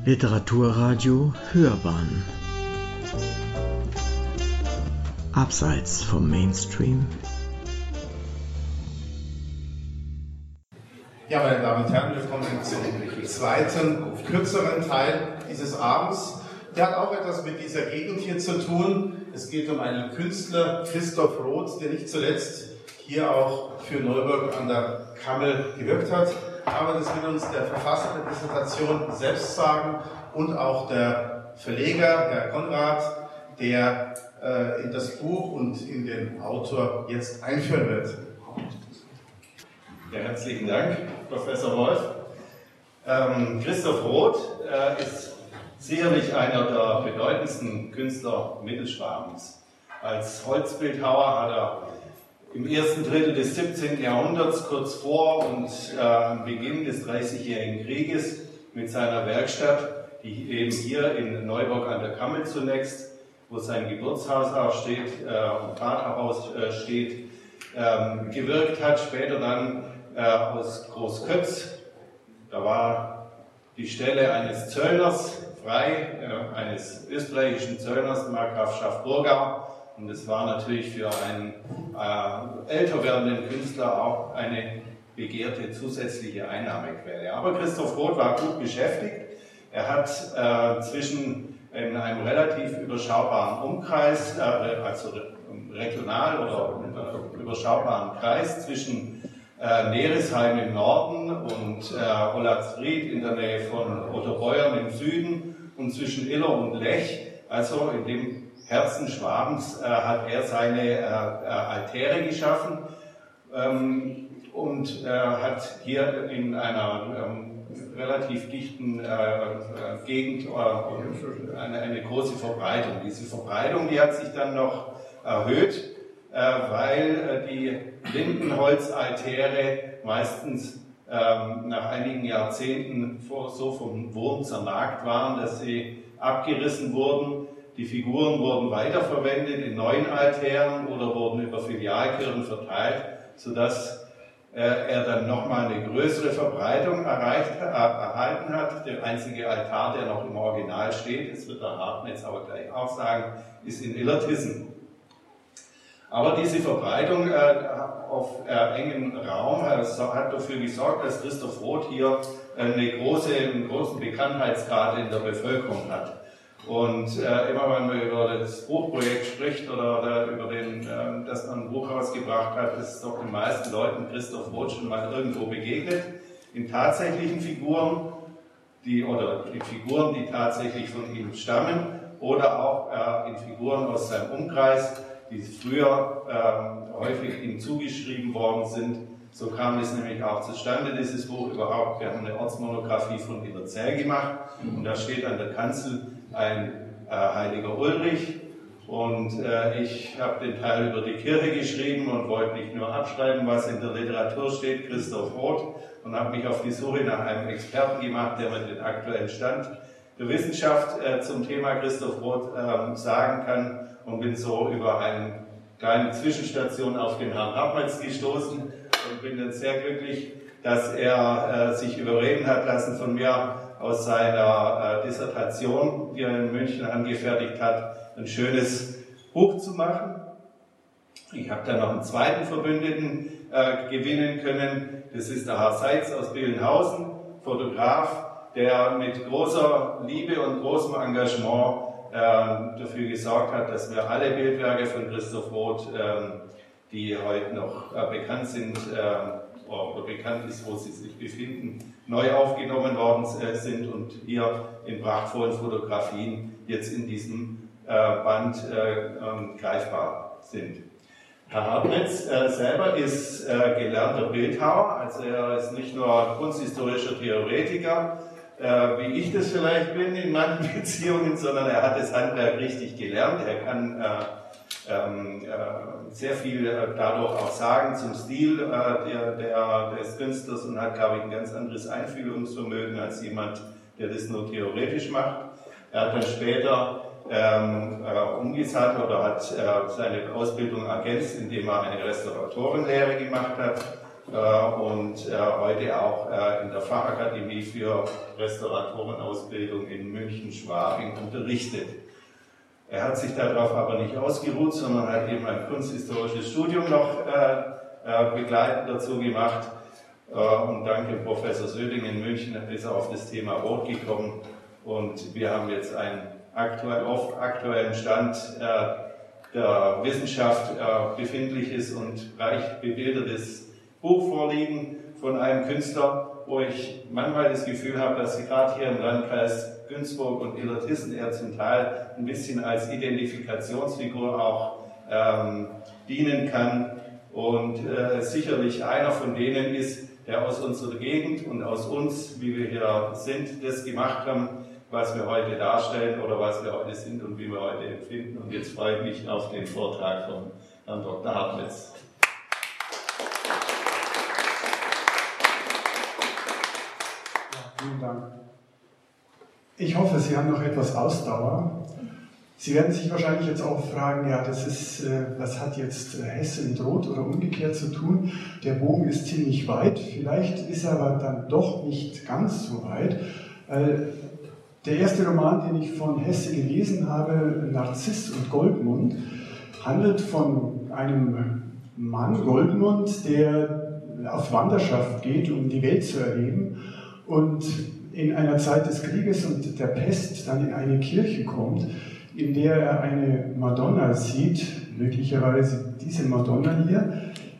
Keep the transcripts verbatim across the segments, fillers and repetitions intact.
Literaturradio Hörbahn Abseits vom Mainstream. Ja, meine Damen und Herren, wir kommen zum zweiten, kürzeren Teil dieses Abends. Der hat auch etwas mit dieser Gegend hier zu tun. Es geht um einen Künstler, Christoph Roth, der nicht zuletzt hier auch für Neuburg an der Kammel gewirkt hat. Aber das wird uns der Verfasser der Dissertation selbst sagen und auch der Verleger, Herr Konrad, der äh, in das Buch und in den Autor jetzt einführen wird. Ja, herzlichen Dank, Professor Wolf. Ähm, Christoph Roth äh, ist sicherlich einer der bedeutendsten Künstler Mittelschwabens. Als Holzbildhauer hat er im ersten Drittel des siebzehnten Jahrhunderts, kurz vor und äh, am Beginn des Dreißigjährigen Krieges, mit seiner Werkstatt, die eben hier in Neuburg an der Kammel zunächst, wo sein Geburtshaus auch steht äh, und Vaterhaus äh, steht, ähm, gewirkt hat. Später dann äh, aus Großkötz, da war die Stelle eines Zöllners frei, äh, eines österreichischen Zöllners, Markgraf Schaffburgau. Und es war natürlich für einen äh, älter werdenden Künstler auch eine begehrte zusätzliche Einnahmequelle. Aber Christoph Roth war gut beschäftigt. Er hat äh, zwischen in einem relativ überschaubaren Umkreis, äh, also regional oder äh, überschaubaren Kreis zwischen äh, Neresheim im Norden und äh, Ollatsried in der Nähe von Otterbeuern im Süden und zwischen Iller und Lech, also in dem Herzen Schwabens, äh, hat er seine äh, Altäre geschaffen ähm, und äh, hat hier in einer ähm, relativ dichten äh, Gegend äh, eine, eine große Verbreitung. Diese Verbreitung, die hat sich dann noch erhöht, äh, weil äh, die Lindenholzaltäre meistens ähm, nach einigen Jahrzehnten vor, so vom Wurm zernagt waren, dass sie abgerissen wurden. Die Figuren wurden weiterverwendet in neuen Altären oder wurden über Filialkirchen verteilt, sodass äh, er dann nochmal eine größere Verbreitung erreicht, äh, erhalten hat. Der einzige Altar, der noch im Original steht, das wird der Hartnetz aber gleich auch sagen, ist in Illertissen. Aber diese Verbreitung äh, auf äh, engem Raum äh, hat dafür gesorgt, dass Christoph Roth hier äh, eine große, einen großen Bekanntheitsgrad in der Bevölkerung hat. Und äh, immer wenn man über das Buchprojekt spricht oder, oder über den, äh, dass man ein Buch rausgebracht hat, ist doch den meisten Leuten Christoph Roth schon mal irgendwo begegnet. In tatsächlichen Figuren, die, oder in Figuren, die tatsächlich von ihm stammen, oder auch äh, in Figuren aus seinem Umkreis, die früher äh, häufig ihm zugeschrieben worden sind. So kam es nämlich auch zustande, dieses Buch überhaupt. Wir haben eine Ortsmonographie von Wienerzell gemacht und da steht an der Kanzel ein äh, heiliger Ulrich und äh, ich habe den Teil über die Kirche geschrieben und wollte nicht nur abschreiben, was in der Literatur steht, Christoph Roth, und habe mich auf die Suche nach einem Experten gemacht, der mir den aktuellen Stand der Wissenschaft äh, zum Thema Christoph Roth äh, sagen kann und bin so über eine kleine Zwischenstation auf den Herrn Hartnetz gestoßen und bin dann sehr glücklich, dass er äh, sich überreden hat lassen von mir, aus seiner äh, Dissertation, die er in München angefertigt hat, ein schönes Buch zu machen. Ich habe dann noch einen zweiten Verbündeten äh, gewinnen können. Das ist der Herr Seitz aus Billenhausen, Fotograf, der mit großer Liebe und großem Engagement äh, dafür gesorgt hat, dass wir alle Bildwerke von Christoph Roth, äh, die heute noch äh, bekannt sind, äh, oder bekannt ist, wo sie sich befinden, neu aufgenommen worden sind und hier in prachtvollen Fotografien jetzt in diesem äh, Band äh, greifbar sind. Herr Hartnetz äh, selber ist äh, gelernter Bildhauer, also er ist nicht nur kunsthistorischer Theoretiker, äh, wie ich das vielleicht bin in manchen Beziehungen, sondern er hat das Handwerk richtig gelernt. Er kann äh, Ähm, äh, sehr viel äh, dadurch auch sagen zum Stil äh, der, der, des Künstlers und hat, glaube ich, ein ganz anderes Einfühlungsvermögen als jemand, der das nur theoretisch macht. Er hat dann später ähm, äh, umgesattelt oder hat äh, seine Ausbildung ergänzt, indem er eine Restauratorenlehre gemacht hat und heute auch in der Fachakademie für Restauratorenausbildung in München-Schwabing unterrichtet. Er hat sich darauf aber nicht ausgeruht, sondern hat eben ein kunsthistorisches Studium noch begleitend dazu gemacht. Und dank dem Professor Söding in München ist er auf das Thema Rot gekommen. Und wir haben jetzt einen aktuell, auf aktuellen Stand der Wissenschaft befindliches und reich bebildertes Buch vorliegen von einem Künstler, wo ich manchmal das Gefühl habe, dass sie gerade hier im Landkreis Günzburg und Illertissen er zum Teil ein bisschen als Identifikationsfigur auch ähm, dienen kann und äh, sicherlich einer von denen ist, der aus unserer Gegend und aus uns, wie wir hier sind, das gemacht haben, was wir heute darstellen oder was wir heute sind und wie wir heute empfinden. Und jetzt freue ich mich auf den Vortrag von Herrn Doktor Hartwitz. Vielen Dank. Ich hoffe, Sie haben noch etwas Ausdauer. Sie werden sich wahrscheinlich jetzt auch fragen, ja, das ist, äh, was hat jetzt Hesse mit Rot oder umgekehrt zu tun? Der Bogen ist ziemlich weit, vielleicht ist er aber dann doch nicht ganz so weit. Äh, der erste Roman, den ich von Hesse gelesen habe, Narziss und Goldmund, handelt von einem Mann, Goldmund, der auf Wanderschaft geht, um die Welt zu erleben und in einer Zeit des Krieges und der Pest dann in eine Kirche kommt, in der er eine Madonna sieht, möglicherweise diese Madonna hier,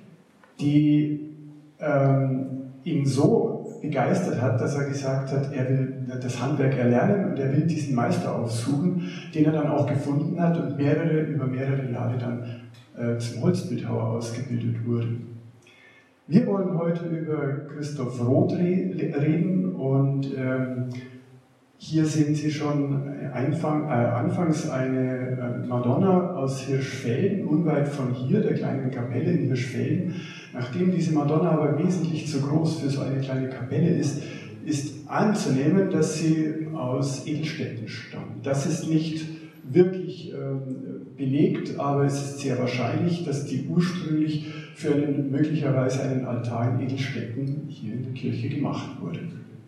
die ähm, ihn so begeistert hat, dass er gesagt hat, er will das Handwerk erlernen und er will diesen Meister aufsuchen, den er dann auch gefunden hat und mehrere, über mehrere Jahre dann äh, zum Holzbildhauer ausgebildet wurde. Wir wollen heute über Christoph Roth reden und ähm, hier sehen Sie schon Anfang, äh, anfangs eine äh, Madonna aus Hirschfelden, unweit von hier, der kleinen Kapelle in Hirschfelden. Nachdem diese Madonna aber wesentlich zu groß für so eine kleine Kapelle ist, ist anzunehmen, dass sie aus Edelstädten stammt. Das ist nicht wirklich ähm, belegt, aber es ist sehr wahrscheinlich, dass die ursprünglich für einen, möglicherweise einen Altar in Edelstädten hier in der Kirche gemacht wurde.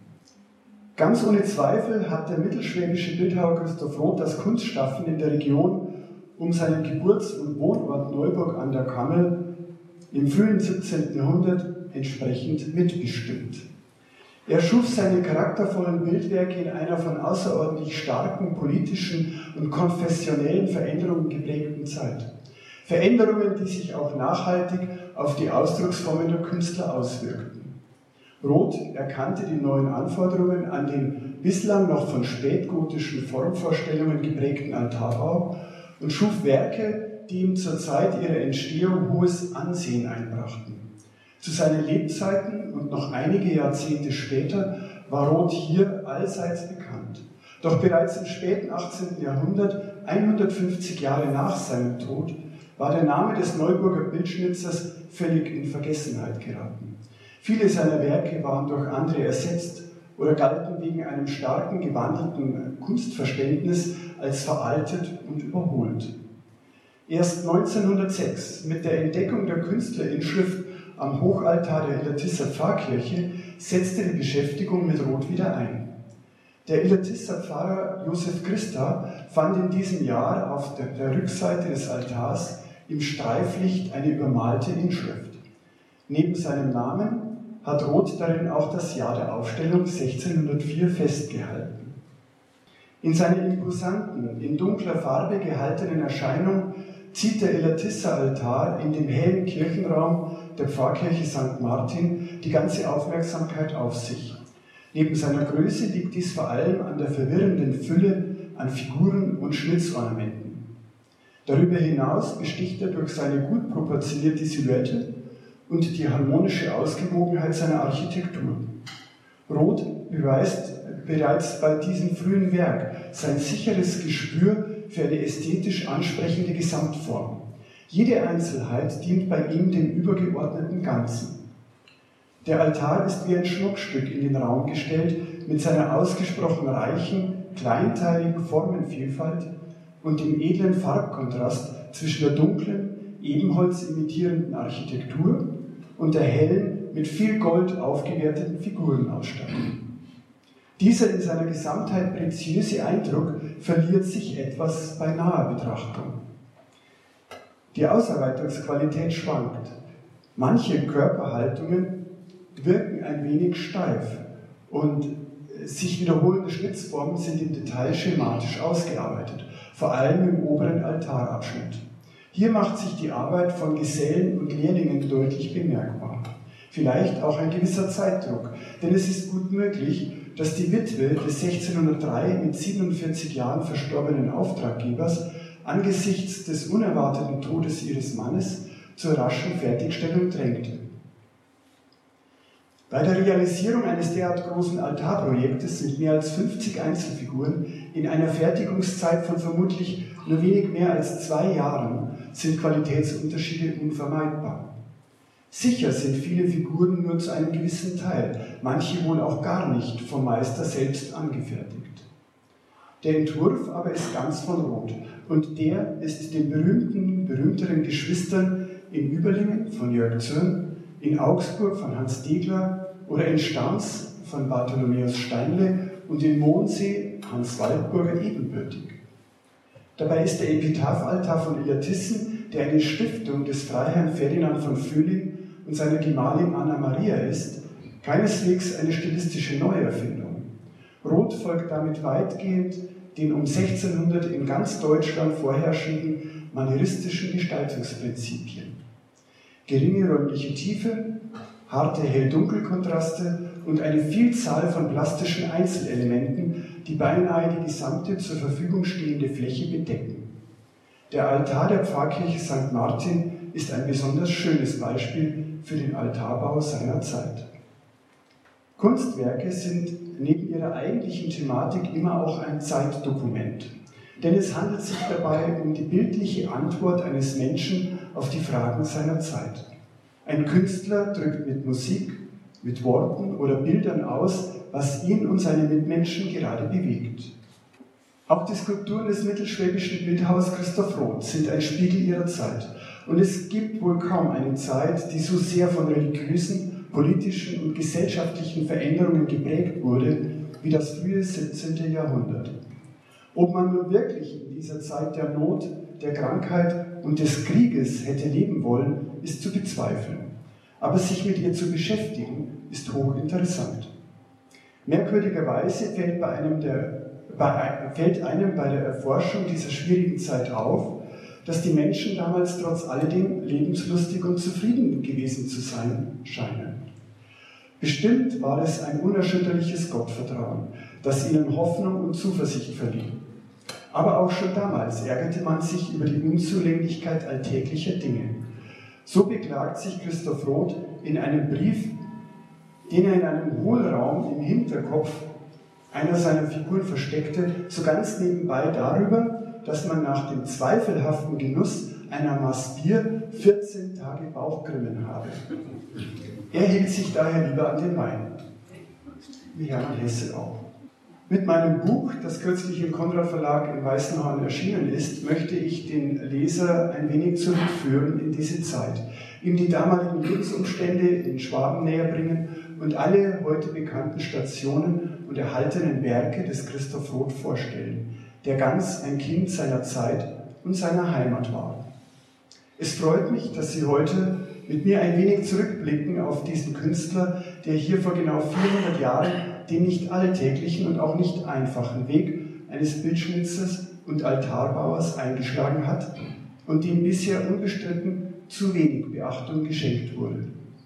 Ganz ohne Zweifel hat der mittelschwäbische Bildhauer Christoph Roth das Kunstschaffen in der Region um seinen Geburts- und Wohnort Neuburg an der Kammel im frühen siebzehnten Jahrhundert entsprechend mitbestimmt. Er schuf seine charaktervollen Bildwerke in einer von außerordentlich starken politischen und konfessionellen Veränderungen geprägten Zeit. Veränderungen, die sich auch nachhaltig auf die Ausdrucksformen der Künstler auswirkten. Roth erkannte die neuen Anforderungen an den bislang noch von spätgotischen Formvorstellungen geprägten Altarbau und schuf Werke, die ihm zur Zeit ihrer Entstehung hohes Ansehen einbrachten. Zu seinen Lebzeiten und noch einige Jahrzehnte später war Roth hier allseits bekannt. Doch bereits im späten achtzehnten Jahrhundert, hundertfünfzig Jahre nach seinem Tod, war der Name des Neuburger Bildschnitzers völlig in Vergessenheit geraten. Viele seiner Werke waren durch andere ersetzt oder galten wegen einem starken gewandelten Kunstverständnis als veraltet und überholt. Erst neunzehnhundertsechs, mit der Entdeckung der Künstlerinschrift am Hochaltar der Illertisser Pfarrkirche, setzte die Beschäftigung mit Roth wieder ein. Der Illertisser Pfarrer Josef Christa fand in diesem Jahr auf der, der Rückseite des Altars im Streiflicht eine übermalte Inschrift. Neben seinem Namen hat Roth darin auch das Jahr der Aufstellung sechzehnhundertvier festgehalten. In seiner imposanten, in dunkler Farbe gehaltenen Erscheinung zieht der Illertisser Altar in dem hellen Kirchenraum der Pfarrkirche Sankt Martin die ganze Aufmerksamkeit auf sich. Neben seiner Größe liegt dies vor allem an der verwirrenden Fülle an Figuren und Schnitzornamenten. Darüber hinaus besticht er durch seine gut proportionierte Silhouette und die harmonische Ausgewogenheit seiner Architektur. Roth beweist bereits bei diesem frühen Werk sein sicheres Gespür für eine ästhetisch ansprechende Gesamtform. Jede Einzelheit dient bei ihm dem übergeordneten Ganzen. Der Altar ist wie ein Schmuckstück in den Raum gestellt, mit seiner ausgesprochen reichen, kleinteiligen Formenvielfalt und dem edlen Farbkontrast zwischen der dunklen, Ebenholz imitierenden Architektur und der hellen, mit viel Gold aufgewerteten Figuren ausstatten. Dieser in seiner Gesamtheit preziöse Eindruck verliert sich etwas bei naher Betrachtung. Die Ausarbeitungsqualität schwankt. Manche Körperhaltungen wirken ein wenig steif und sich wiederholende Schnitzformen sind im Detail schematisch ausgearbeitet, vor allem im oberen Altarabschnitt. Hier macht sich die Arbeit von Gesellen und Lehrlingen deutlich bemerkbar. Vielleicht auch ein gewisser Zeitdruck, denn es ist gut möglich, dass die Witwe des sechzehnhundertdrei mit siebenundvierzig Jahren verstorbenen Auftraggebers angesichts des unerwarteten Todes ihres Mannes zur raschen Fertigstellung drängte. Bei der Realisierung eines derart großen Altarprojektes mit mehr als fünfzig Einzelfiguren in einer Fertigungszeit von vermutlich nur wenig mehr als zwei Jahren sind Qualitätsunterschiede unvermeidbar. Sicher sind viele Figuren nur zu einem gewissen Teil, manche wohl auch gar nicht, vom Meister selbst angefertigt. Der Entwurf aber ist ganz von Roth und der ist den berühmten, berühmteren Geschwistern in Überlingen von Jörg Zürn, in Augsburg von Hans Degler oder in Stams von Bartholomäus Steinle und in Mondsee Hans Waldburger ebenbürtig. Dabei ist der Epitaphaltar von Ilja Thyssen, der eine Stiftung des Freiherrn Ferdinand von Vöhling und seiner Gemahlin Anna Maria ist, keineswegs eine stilistische Neuerfindung. Roth folgt damit weitgehend den um sechzehnhundert in ganz Deutschland vorherrschenden manieristischen Gestaltungsprinzipien. Geringe räumliche Tiefe, harte Hell-Dunkel-Kontraste und eine Vielzahl von plastischen Einzelelementen, die beinahe die gesamte zur Verfügung stehende Fläche bedecken. Der Altar der Pfarrkirche Sankt Martin ist ein besonders schönes Beispiel für den Altarbau seiner Zeit. Kunstwerke sind neben ihrer eigentlichen Thematik immer auch ein Zeitdokument, denn es handelt sich dabei um die bildliche Antwort eines Menschen auf die Fragen seiner Zeit. Ein Künstler drückt mit Musik, mit Worten oder Bildern aus, was ihn und seine Mitmenschen gerade bewegt. Auch die Skulpturen des mittelschwäbischen Bildhauers Christoph Roth sind ein Spiegel ihrer Zeit. Und es gibt wohl kaum eine Zeit, die so sehr von religiösen, politischen und gesellschaftlichen Veränderungen geprägt wurde, wie das frühe siebzehnte Jahrhundert. Ob man nun wirklich in dieser Zeit der Not, der Krankheit und des Krieges hätte leben wollen, ist zu bezweifeln. Aber sich mit ihr zu beschäftigen, ist hochinteressant. Merkwürdigerweise fällt, bei einem der, bei, fällt einem bei der Erforschung dieser schwierigen Zeit auf, dass die Menschen damals trotz alledem lebenslustig und zufrieden gewesen zu sein scheinen. Bestimmt war es ein unerschütterliches Gottvertrauen, das ihnen Hoffnung und Zuversicht verlieh. Aber auch schon damals ärgerte man sich über die Unzulänglichkeit alltäglicher Dinge. So beklagt sich Christoph Roth in einem Brief, den er in einem Hohlraum im Hinterkopf einer seiner Figuren versteckte, so ganz nebenbei darüber, dass man nach dem zweifelhaften Genuss einer Maß Bier vierzehn Tage Bauchgrimmen habe. Er hielt sich daher lieber an den Wein, wie Hermann Hesse auch. Mit meinem Buch, das kürzlich im Konrad Verlag in Weißenhorn erschienen ist, möchte ich den Leser ein wenig zurückführen in diese Zeit, ihm die damaligen Lebensumstände in Schwaben näher bringen und alle heute bekannten Stationen und erhaltenen Werke des Christoph Roth vorstellen, der ganz ein Kind seiner Zeit und seiner Heimat war. Es freut mich, dass Sie heute mit mir ein wenig zurückblicken auf diesen Künstler, der hier vor genau vierhundert Jahren den nicht alltäglichen und auch nicht einfachen Weg eines Bildschnitzers und Altarbauers eingeschlagen hat und dem bisher unbestritten zu wenig Beachtung geschenkt wurde.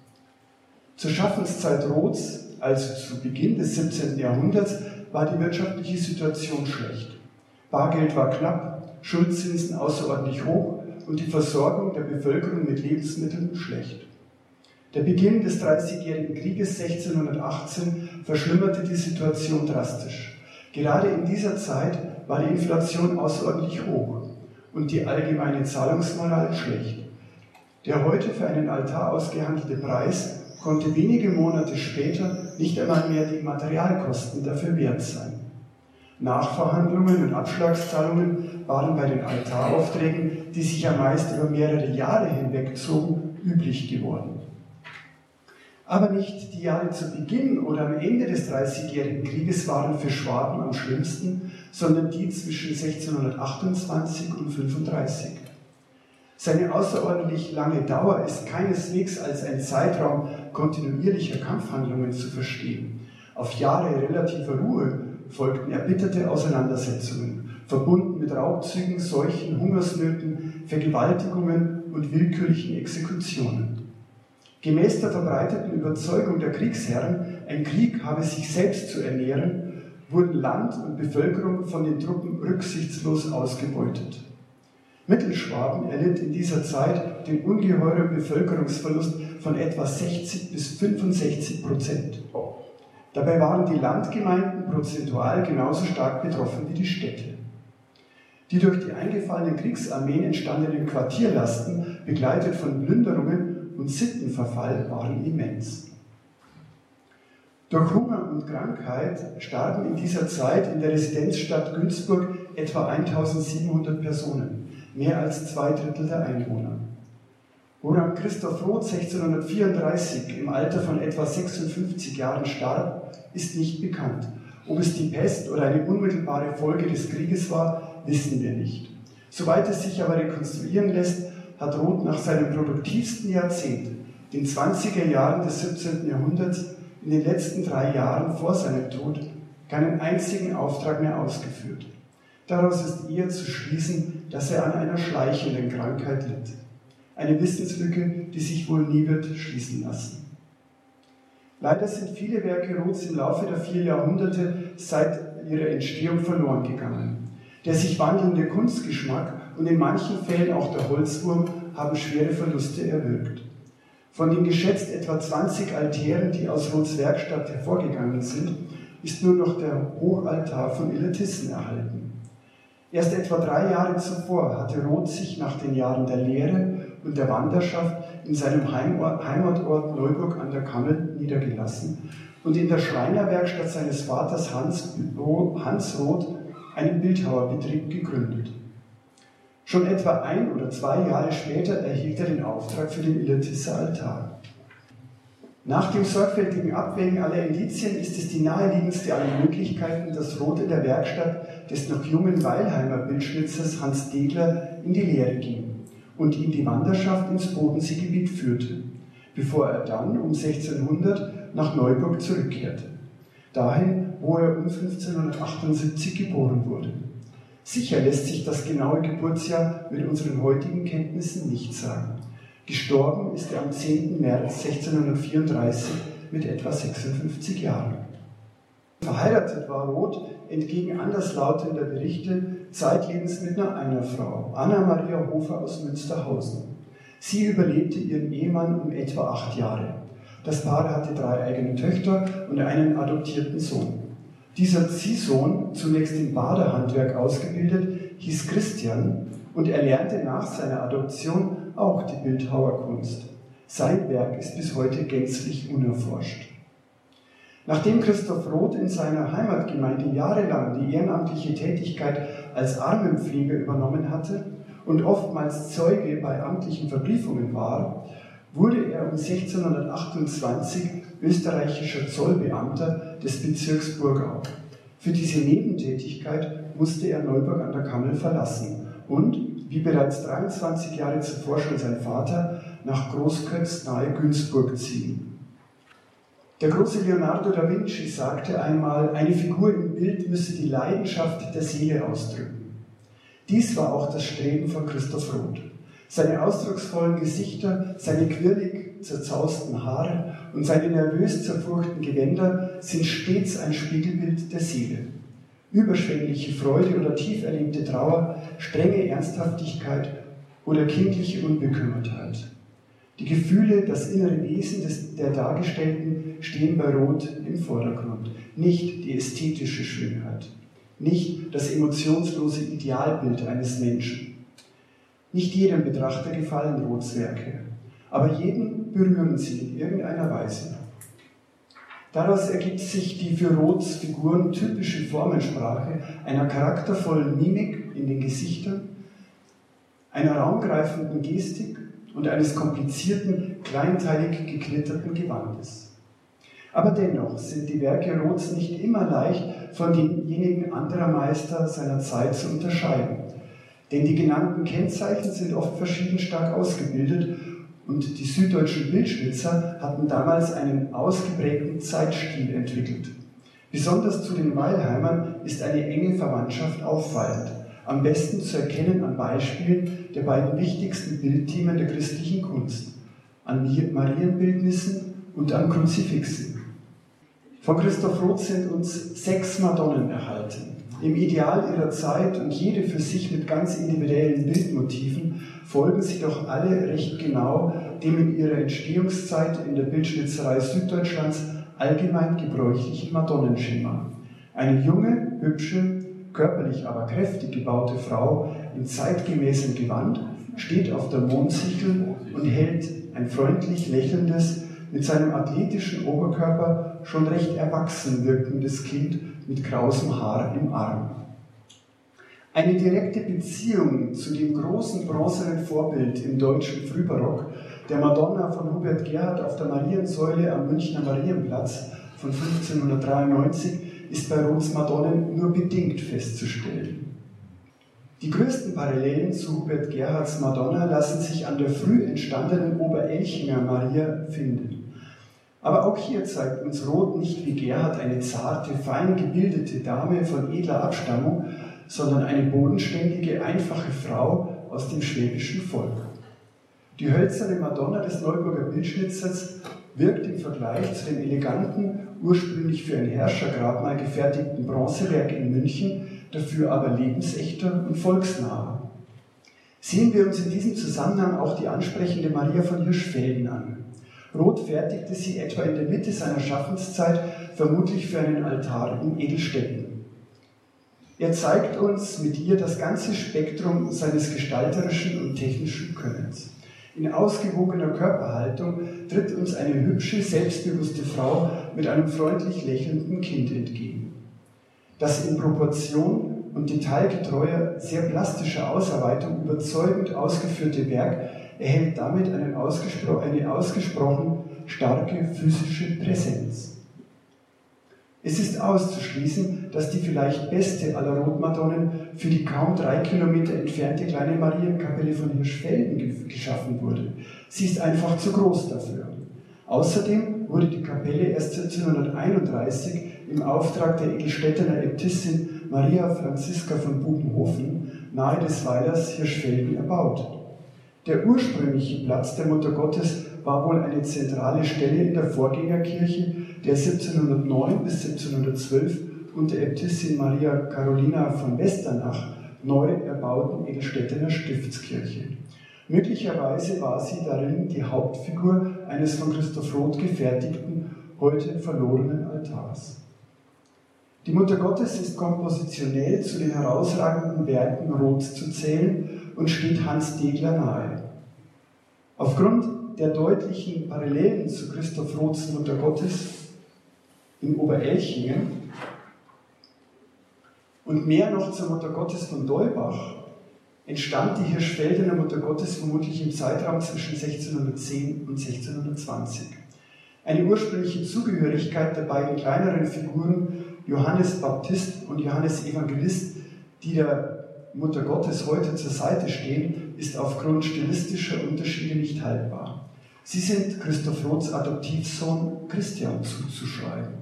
Zur Schaffenszeit Roths, also zu Beginn des siebzehnten Jahrhunderts, war die wirtschaftliche Situation schlecht. Bargeld war knapp, Schuldzinsen außerordentlich hoch und die Versorgung der Bevölkerung mit Lebensmitteln schlecht. Der Beginn des Dreißigjährigen Krieges sechzehnhundertachtzehn verschlimmerte die Situation drastisch. Gerade in dieser Zeit war die Inflation außerordentlich hoch und die allgemeine Zahlungsmoral schlecht. Der heute für einen Altar ausgehandelte Preis konnte wenige Monate später nicht einmal mehr die Materialkosten dafür wert sein. Nachverhandlungen und Abschlagszahlungen waren bei den Altaraufträgen, die sich ja meist über mehrere Jahre hinwegzogen, üblich geworden. Aber nicht die Jahre zu Beginn oder am Ende des Dreißigjährigen Krieges waren für Schwaben am schlimmsten, sondern die zwischen sechzehnhundertachtundzwanzig und fünfunddreißig. Seine außerordentlich lange Dauer ist keineswegs als ein Zeitraum kontinuierlicher Kampfhandlungen zu verstehen. Auf Jahre relativer Ruhe folgten erbitterte Auseinandersetzungen, verbunden mit Raubzügen, Seuchen, Hungersnöten, Vergewaltigungen und willkürlichen Exekutionen. Gemäß der verbreiteten Überzeugung der Kriegsherren, ein Krieg habe sich selbst zu ernähren, wurden Land und Bevölkerung von den Truppen rücksichtslos ausgebeutet. Mittelschwaben erlitt in dieser Zeit den ungeheuren Bevölkerungsverlust von etwa sechzig bis fünfundsechzig Prozent. Dabei waren die Landgemeinden prozentual genauso stark betroffen wie die Städte. Die durch die eingefallenen Kriegsarmeen entstandenen Quartierlasten, begleitet von Plünderungen und Sittenverfall, waren immens. Durch Hunger und Krankheit starben in dieser Zeit in der Residenzstadt Günzburg etwa eintausendsiebenhundert Personen, mehr als zwei Drittel der Einwohner. Woran Christoph Roth sechzehnhundertvierunddreißig im Alter von etwa sechsundfünfzig Jahren starb, ist nicht bekannt. Ob es die Pest oder eine unmittelbare Folge des Krieges war, wissen wir nicht. Soweit es sich aber rekonstruieren lässt, hat Roth nach seinem produktivsten Jahrzehnt, den zwanziger Jahren des siebzehnten Jahrhunderts, in den letzten drei Jahren vor seinem Tod keinen einzigen Auftrag mehr ausgeführt. Daraus ist eher zu schließen, dass er an einer schleichenden Krankheit litt. Eine Wissenslücke, die sich wohl nie wird schließen lassen. Leider sind viele Werke Roths im Laufe der vier Jahrhunderte seit ihrer Entstehung verloren gegangen. Der sich wandelnde Kunstgeschmack und in manchen Fällen auch der Holzwurm haben schwere Verluste erwirkt. Von den geschätzt etwa zwanzig Altären, die aus Roths Werkstatt hervorgegangen sind, ist nur noch der Hochaltar von Illertissen erhalten. Erst etwa drei Jahre zuvor hatte Roth sich nach den Jahren der Lehre und der Wanderschaft in seinem Heimort, Heimatort Neuburg an der Kammel niedergelassen und in der Schreinerwerkstatt seines Vaters Hans, Hans Roth einen Bildhauerbetrieb gegründet. Schon etwa ein oder zwei Jahre später erhielt er den Auftrag für den Illertisser Altar. Nach dem sorgfältigen Abwägen aller Indizien ist es die naheliegendste aller Möglichkeiten, dass Roth in der Werkstatt des noch jungen Weilheimer Bildschnitzers Hans Degler in die Lehre ging und ihn die Wanderschaft ins Bodenseegebiet führte, bevor er dann um sechzehnhundert nach Neuburg zurückkehrte, dahin, wo er um fünfzehnhundertachtundsiebzig geboren wurde. Sicher lässt sich das genaue Geburtsjahr mit unseren heutigen Kenntnissen nicht sagen. Gestorben ist er am zehnten März sechzehnhundertvierunddreißig mit etwa sechsundfünfzig Jahren. Verheiratet war Roth, entgegen anderslautender Berichte, zeitlebens mit nur einer Frau, Anna Maria Hofer aus Münsterhausen. Sie überlebte ihren Ehemann um etwa acht Jahre. Das Paar hatte drei eigene Töchter und einen adoptierten Sohn. Dieser Ziehsohn, zunächst im Badehandwerk ausgebildet, hieß Christian und erlernte nach seiner Adoption auch die Bildhauerkunst. Sein Werk ist bis heute gänzlich unerforscht. Nachdem Christoph Roth in seiner Heimatgemeinde jahrelang die ehrenamtliche Tätigkeit als Armenpfleger übernommen hatte und oftmals Zeuge bei amtlichen Verbriefungen war, wurde er um sechzehnhundertachtundzwanzig österreichischer Zollbeamter des Bezirks Burgau. Für diese Nebentätigkeit musste er Neuburg an der Kammel verlassen und, wie bereits dreiundzwanzig Jahre zuvor schon sein Vater, nach Großkötz nahe Günzburg ziehen. Der große Leonardo da Vinci sagte einmal, eine Figur im Bild müsse die Leidenschaft der Seele ausdrücken. Dies war auch das Streben von Christoph Roth. Seine ausdrucksvollen Gesichter, seine quirlig zerzausten Haare und seine nervös zerfurchten Gewänder sind stets ein Spiegelbild der Seele. Überschwängliche Freude oder tief erlebte Trauer, strenge Ernsthaftigkeit oder kindliche Unbekümmertheit. Die Gefühle, das innere Wesen des, der Dargestellten stehen bei Roth im Vordergrund, nicht die ästhetische Schönheit, nicht das emotionslose Idealbild eines Menschen. Nicht jedem Betrachter gefallen Roths Werke, aber jeden berühren sie in irgendeiner Weise. Daraus ergibt sich die für Roths Figuren typische Formensprache einer charaktervollen Mimik in den Gesichtern, einer raumgreifenden Gestik und eines komplizierten, kleinteilig geknitterten Gewandes. Aber dennoch sind die Werke Roths nicht immer leicht von denjenigen anderer Meister seiner Zeit zu unterscheiden. Denn die genannten Kennzeichen sind oft verschieden stark ausgebildet und die süddeutschen Bildschnitzer hatten damals einen ausgeprägten Zeitstil entwickelt. Besonders zu den Weilheimern ist eine enge Verwandtschaft auffallend, am besten zu erkennen an Beispielen der beiden wichtigsten Bildthemen der christlichen Kunst, an Marienbildnissen und an Kruzifixen. Von Christoph Roth sind uns sechs Madonnen erhalten. Im Ideal ihrer Zeit und jede für sich mit ganz individuellen Bildmotiven folgen sie doch alle recht genau dem in ihrer Entstehungszeit in der Bildschnitzerei Süddeutschlands allgemein gebräuchlichen Madonnenschema. Eine junge, hübsche, körperlich aber kräftig gebaute Frau in zeitgemäßem Gewand steht auf der Mondsichel und hält ein freundlich lächelndes, mit seinem athletischen Oberkörper schon recht erwachsen wirkendes Kind mit krausem Haar im Arm. Eine direkte Beziehung zu dem großen bronzenen Vorbild im deutschen Frühbarock, der Madonna von Hubert Gerhard auf der Mariensäule am Münchner Marienplatz von fünfzehnhundertdreiundneunzig, ist bei Roths Madonnen nur bedingt festzustellen. Die größten Parallelen zu Hubert Gerhards Madonna lassen sich an der früh entstandenen Oberelchinger Maria finden. Aber auch hier zeigt uns Roth nicht wie Gerhard eine zarte, fein gebildete Dame von edler Abstammung, sondern eine bodenständige, einfache Frau aus dem schwäbischen Volk. Die hölzerne Madonna des Neuburger Bildschnitzers wirkt im Vergleich zu dem eleganten, ursprünglich für ein Herrschergrabmal gefertigten Bronzewerk in München, dafür aber lebensechter und volksnaher. Sehen wir uns in diesem Zusammenhang auch die ansprechende Maria von Hirschfelden an. Roth fertigte sie etwa in der Mitte seiner Schaffenszeit vermutlich für einen Altar in Edelstetten. Er zeigt uns mit ihr das ganze Spektrum seines gestalterischen und technischen Könnens. In ausgewogener Körperhaltung tritt uns eine hübsche, selbstbewusste Frau mit einem freundlich lächelnden Kind entgegen. Das in Proportion und detailgetreuer, sehr plastischer Ausarbeitung überzeugend ausgeführte Werk erhält damit einen ausgespro- eine ausgesprochen starke physische Präsenz. Es ist auszuschließen, dass die vielleicht beste aller Roth-Madonnen für die kaum drei Kilometer entfernte kleine Marienkapelle von Hirschfelden ge- geschaffen wurde. Sie ist einfach zu groß dafür. Außerdem wurde die Kapelle erst siebzehnhunderteinunddreißig im Auftrag der Edelstettener Äbtissin Maria Franziska von Bubenhofen nahe des Weilers Hirschfelden erbaut. Der ursprüngliche Platz der Muttergottes war wohl eine zentrale Stelle in der Vorgängerkirche der siebzehnhundertneun bis siebzehnhundertzwölf unter Äbtissin Maria Carolina von Westernach neu erbauten Edelstettener Stiftskirche. Möglicherweise war sie darin die Hauptfigur eines von Christoph Roth gefertigten, heute verlorenen Altars. Die Muttergottes ist kompositionell zu den herausragenden Werken Roths zu zählen und steht Hans Degler nahe. Aufgrund der deutlichen Parallelen zu Christoph Roths Muttergottes in Oberelchingen und mehr noch zur Muttergottes von Deubach entstand die Hirschfeldener Muttergottes vermutlich im Zeitraum zwischen sechzehnhundertzehn und sechzehnhundertzwanzig. Eine ursprüngliche Zugehörigkeit der beiden kleineren Figuren Johannes Baptist und Johannes Evangelist, die der Muttergottes heute zur Seite stehen, ist aufgrund stilistischer Unterschiede nicht haltbar. Sie sind Christoph Roths Adoptivsohn Christian zuzuschreiben.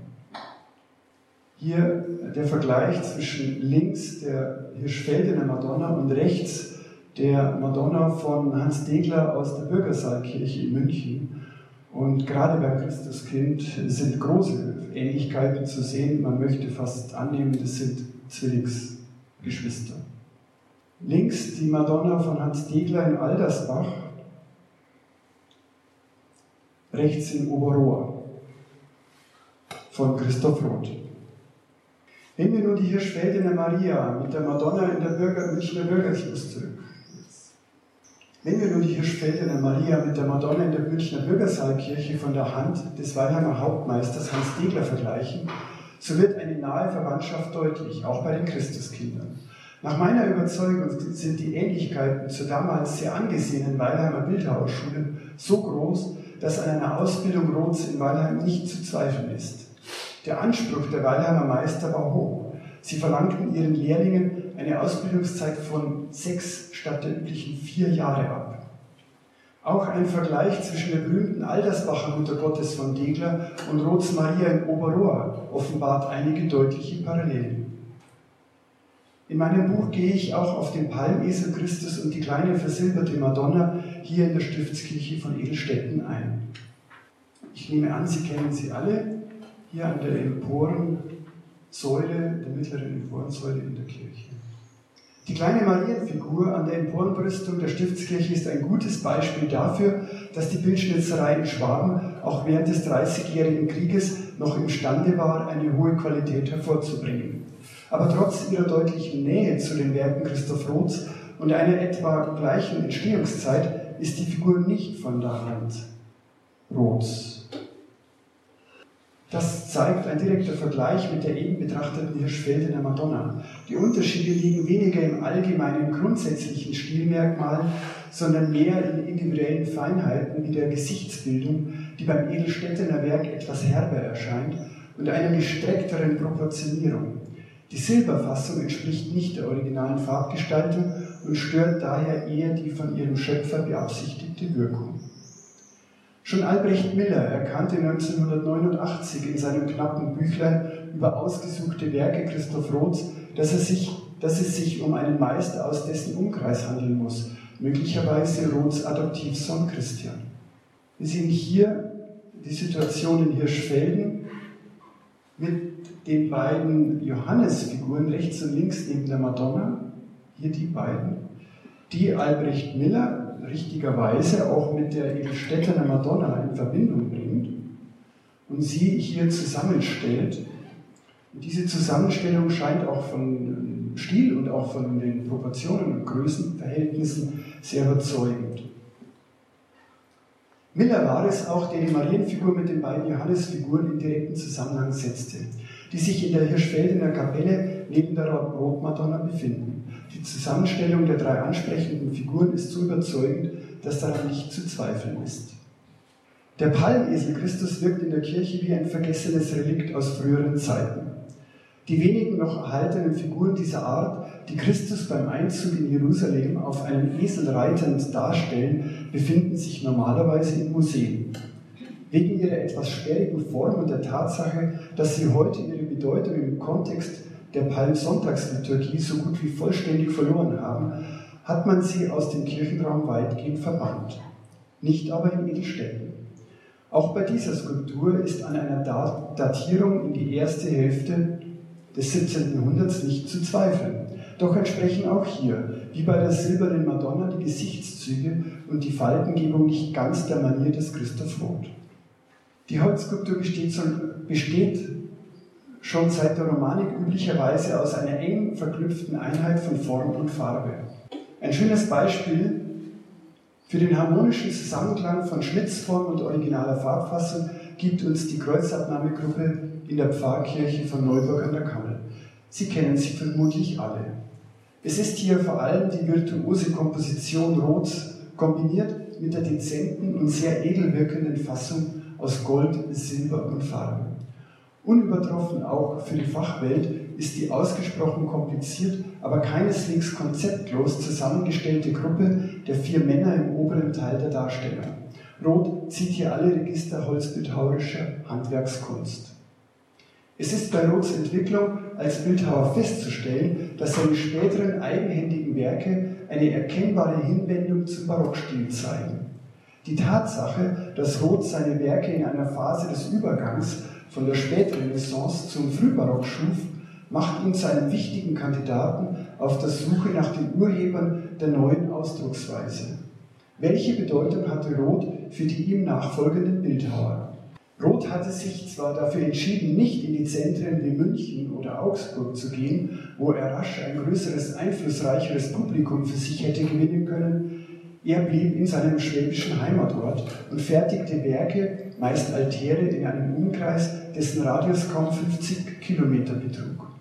Hier der Vergleich zwischen links der Hirschfeldener Madonna und rechts der Madonna von Hans Degler aus der Bürgersaalkirche in München. Und gerade beim Christuskind sind große Ähnlichkeiten zu sehen. Man möchte fast annehmen, das sind Zwillingsgeschwister. Links die Madonna von Hans Degler in Aldersbach, rechts in Oberrohr von Christoph Roth. Wenn wir nun die Hirschfeldener Maria mit der Madonna in der Bürger, Münchner Bürgerkirche zurück. Wenn wir nun die Hirschfeldener Maria mit der Madonna in der Münchner Bürgersaalkirche von der Hand des Weilheimer Hauptmeisters Hans Degler vergleichen, so wird eine nahe Verwandtschaft deutlich, auch bei den Christuskindern. Nach meiner Überzeugung sind die Ähnlichkeiten zur damals sehr angesehenen Weilheimer Bildhauerschule so groß, dass an einer Ausbildung Roths in Weilheim nicht zu zweifeln ist. Der Anspruch der Weilheimer Meister war hoch. Sie verlangten ihren Lehrlingen eine Ausbildungszeit von sechs statt der üblichen vier Jahre ab. Auch ein Vergleich zwischen der berühmten Aldersbacher Muttergottes von Degler und Roths Maria im Oberrohr offenbart einige deutliche Parallelen. In meinem Buch gehe ich auch auf den Palmesel Christus und die kleine versilberte Madonna hier in der Stiftskirche von Edelstetten ein. Ich nehme an, Sie kennen sie alle, hier an der Emporensäule, der mittleren Emporensäule in der Kirche. Die kleine Marienfigur an der Emporenbrüstung der Stiftskirche ist ein gutes Beispiel dafür, dass die Bildschnitzerei in Schwaben auch während des Dreißigjährigen Krieges noch imstande war, eine hohe Qualität hervorzubringen. Aber trotz ihrer deutlichen Nähe zu den Werken Christoph Roths und einer etwa gleichen Entstehungszeit ist die Figur nicht von der Hand Roths. Das zeigt ein direkter Vergleich mit der eben betrachteten Hirschfeldener Madonna. Die Unterschiede liegen weniger im allgemeinen grundsätzlichen Stilmerkmal, sondern mehr in individuellen Feinheiten wie der Gesichtsbildung, die beim Edelstettener Werk etwas herber erscheint, und einer gestreckteren Proportionierung. Die Silberfassung entspricht nicht der originalen Farbgestaltung und stört daher eher die von ihrem Schöpfer beabsichtigte Wirkung. Schon Albrecht Miller erkannte neunzehnhundertneunundachtzig in seinem knappen Büchlein über ausgesuchte Werke Christoph Roths, dass, er sich, dass es sich um einen Meister aus dessen Umkreis handeln muss, möglicherweise Roths Adoptivsohn Christian. Wir sehen hier die Situation in Hirschfelden mit den beiden Johannesfiguren rechts und links neben der Madonna, hier die beiden, die Albrecht Miller richtigerweise auch mit der Edelstettener Madonna in Verbindung bringt und sie hier zusammenstellt. Und diese Zusammenstellung scheint auch von Stil und auch von den Proportionen und Größenverhältnissen sehr überzeugend. Miller war es auch, der die Marienfigur mit den beiden Johannesfiguren in direkten Zusammenhang setzte, die sich in der Hirschfeldener Kapelle neben der Rotmadonna befinden. Die Zusammenstellung der drei ansprechenden Figuren ist so überzeugend, dass daran nicht zu zweifeln ist. Der Palmesel Christus wirkt in der Kirche wie ein vergessenes Relikt aus früheren Zeiten. Die wenigen noch erhaltenen Figuren dieser Art, die Christus beim Einzug in Jerusalem auf einem Esel reitend darstellen, befinden sich normalerweise in Museen. Wegen ihrer etwas sperrigen Form und der Tatsache, dass sie heute ihre Bedeutung im Kontext der Palmsonntagsliturgie so gut wie vollständig verloren haben, hat man sie aus dem Kirchenraum weitgehend verbannt. Nicht aber in Edelstetten. Auch bei dieser Skulptur ist an einer Datierung in die erste Hälfte des siebzehnten Jahrhunderts nicht zu zweifeln. Doch entsprechen auch hier, wie bei der silbernen Madonna, die Gesichtszüge und die Faltengebung nicht ganz der Manier des Christoph Roth. Die Holzskulptur besteht, besteht schon seit der Romanik üblicherweise aus einer eng verknüpften Einheit von Form und Farbe. Ein schönes Beispiel für den harmonischen Zusammenklang von Schnitzform und originaler Farbfassung gibt uns die Kreuzabnahmegruppe in der Pfarrkirche von Neuburg an der Kammel. Sie kennen sie vermutlich alle. Es ist hier vor allem die virtuose Komposition Roths kombiniert mit der dezenten und sehr edel wirkenden Fassung aus Gold, Silber und Farbe. Unübertroffen auch für die Fachwelt ist die ausgesprochen kompliziert, aber keineswegs konzeptlos zusammengestellte Gruppe der vier Männer im oberen Teil der Darsteller. Roth zieht hier alle Register holzbildhauerischer Handwerkskunst. Es ist bei Roths Entwicklung als Bildhauer festzustellen, dass seine späteren eigenhändigen Werke eine erkennbare Hinwendung zum Barockstil zeigen. Die Tatsache, dass Roth seine Werke in einer Phase des Übergangs von der Spätrenaissance zum Frühbarock schuf, macht ihn zu einem wichtigen Kandidaten auf der Suche nach den Urhebern der neuen Ausdrucksweise. Welche Bedeutung hatte Roth für die ihm nachfolgenden Bildhauer? Roth hatte sich zwar dafür entschieden, nicht in die Zentren wie München oder Augsburg zu gehen, wo er rasch ein größeres, einflussreicheres Publikum für sich hätte gewinnen können. Er blieb in seinem schwäbischen Heimatort und fertigte Werke, meist Altäre, in einem Umkreis, dessen Radius kaum fünfzig Kilometer betrug.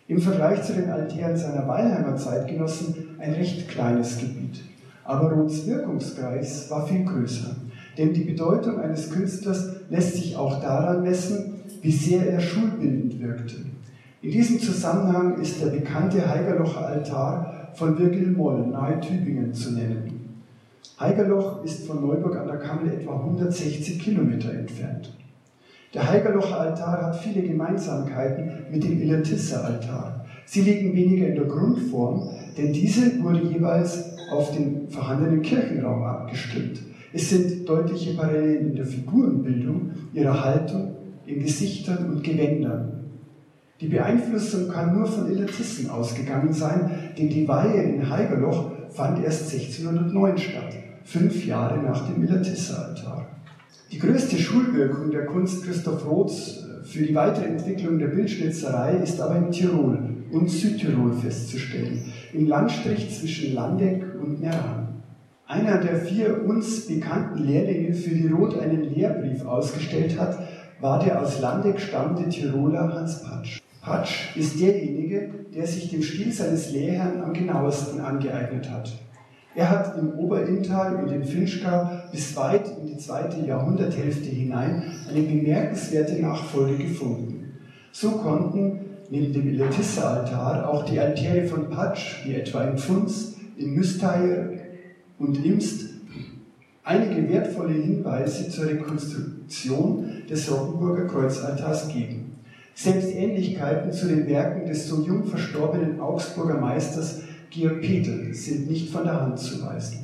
Im Vergleich zu den Altären seiner Weilheimer Zeitgenossen ein recht kleines Gebiet. Aber Roths Wirkungskreis war viel größer, denn die Bedeutung eines Künstlers lässt sich auch daran messen, wie sehr er schulbildend wirkte. In diesem Zusammenhang ist der bekannte Haigerlocher Altar von Virgil Moll nahe Tübingen zu nennen. Haigerloch ist von Neuburg an der Kammel etwa hundertsechzig Kilometer entfernt. Der Haigerlocher Altar hat viele Gemeinsamkeiten mit dem Illertisser Altar. Sie liegen weniger in der Grundform, denn diese wurde jeweils auf den vorhandenen Kirchenraum abgestimmt. Es sind deutliche Parallelen in der Figurenbildung, ihrer Haltung, in Gesichtern und Gewändern. Die Beeinflussung kann nur von Illertissen ausgegangen sein, denn die Weihe in Haigerloch fand erst sechzehnhundertneun statt, fünf Jahre nach dem Illertisser Altar. Die größte Schulwirkung der Kunst Christoph Roths für die weitere Entwicklung der Bildschnitzerei ist aber in Tirol und Südtirol festzustellen, im Landstrich zwischen Landeck und Meran. Einer der vier uns bekannten Lehrlinge, für die Roth einen Lehrbrief ausgestellt hat, war der aus Landeck stammende Tiroler Hans Patsch. Patsch ist derjenige, der sich dem Stil seines Lehrherrn am genauesten angeeignet hat. Er hat im Oberinntal und im Vinschgau bis weit in die zweite Jahrhunderthälfte hinein eine bemerkenswerte Nachfolge gefunden. So konnten neben dem Illertisser Altar auch die Altäre von Patsch, wie etwa in Pfunds, in Müstair und Imst, einige wertvolle Hinweise zur Rekonstruktion des Roggenburger Kreuzaltars geben. Selbst Ähnlichkeiten zu den Werken des so jung verstorbenen Augsburger Meisters Georg Petel sind nicht von der Hand zu weisen.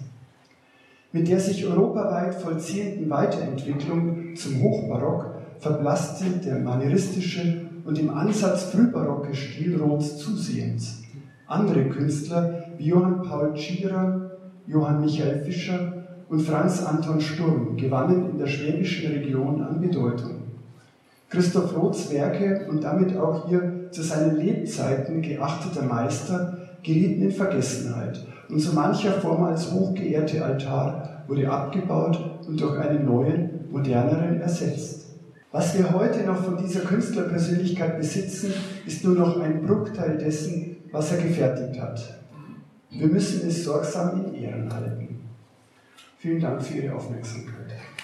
Mit der sich europaweit vollziehenden Weiterentwicklung zum Hochbarock verblasste der manieristische und im Ansatz frühbarocke Stil Roths zusehends. Andere Künstler wie Johann Paul Tschira, Johann Michael Fischer und Franz Anton Sturm gewannen in der schwäbischen Region an Bedeutung. Christoph Roths Werke und damit auch ihr zu seinen Lebzeiten geachteter Meister gerieten in Vergessenheit und so mancher vormals hochgeehrte Altar wurde abgebaut und durch einen neuen, moderneren ersetzt. Was wir heute noch von dieser Künstlerpersönlichkeit besitzen, ist nur noch ein Bruchteil dessen, was er gefertigt hat. Wir müssen es sorgsam in Ehren halten. Vielen Dank für Ihre Aufmerksamkeit.